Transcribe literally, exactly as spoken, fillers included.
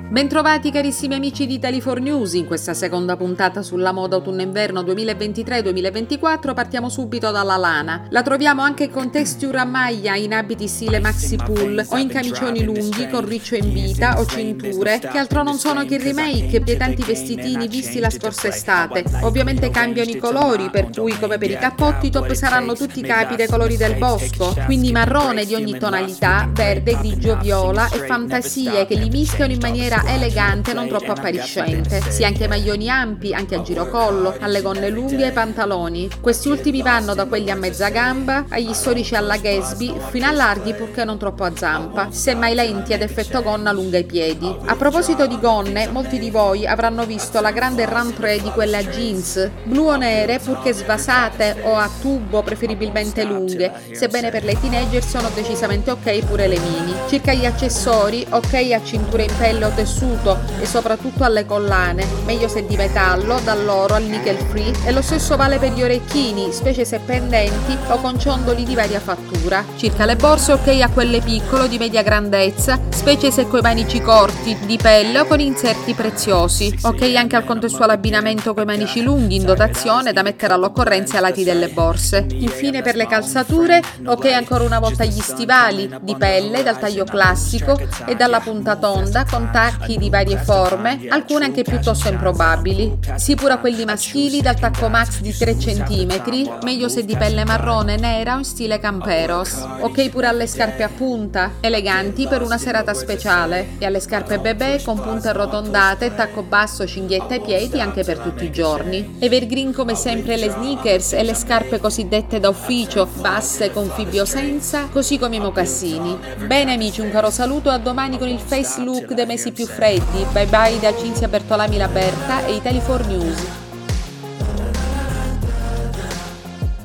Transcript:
Bentrovati carissimi amici di Italy for News, in questa seconda puntata sulla moda autunno-inverno duemilaventitré duemilaventiquattro partiamo subito dalla lana. La troviamo anche con texture a maglia in abiti stile maxi pull o in camicioni lunghi con riccio in vita o cinture, che altro non sono che il remake dei tanti vestitini visti la scorsa estate. Ovviamente cambiano i colori, per cui come per i cappotti i top saranno tutti capi dei colori del bosco, quindi marrone di ogni tonalità, verde, grigio, viola e fantasie che li mischiano in maniera elegante e non troppo appariscente, sia anche maglioni ampi, anche a girocollo, alle gonne lunghe e ai pantaloni. Questi ultimi vanno da quelli a mezza gamba agli storici alla Gatsby, fino a larghi purché non troppo a zampa, semmai lenti ad effetto gonna lunga ai piedi. A proposito di gonne, molti di voi avranno visto la grande rentrée di quelle a jeans, blu o nere purché svasate o a tubo preferibilmente lunghe, sebbene per le teenager sono decisamente ok pure le mini. Circa gli accessori, ok a cintura in pelle o tessuto e soprattutto alle collane, meglio se di metallo, dall'oro al nickel free, e lo stesso vale per gli orecchini, specie se pendenti o con ciondoli di varia fattura. Circa le borse, ok a quelle piccolo di media grandezza, specie se coi manici corti, di pelle o con inserti preziosi, ok anche al contestuale abbinamento coi manici lunghi in dotazione da mettere all'occorrenza ai lati delle borse. Infine per le calzature, ok ancora una volta gli stivali, di pelle, dal taglio classico e dalla punta tonda con tacchi di varie forme, alcune anche piuttosto improbabili. Sì pure a quelli maschili dal tacco max di tre centimetri, meglio se di pelle marrone nera o in stile camperos. Ok pure alle scarpe a punta, eleganti per una serata speciale, e alle scarpe bebè con punte arrotondate, tacco basso, cinghietta ai piedi anche per tutti i giorni. Evergreen come sempre le sneakers e le scarpe cosiddette da ufficio, basse con fibbio senza, così come i mocassini. Bene amici, un caro saluto, a domani con il face look dei mesi più freddi. Bye bye da Cinzia Bertolami Laberta e Italy for News.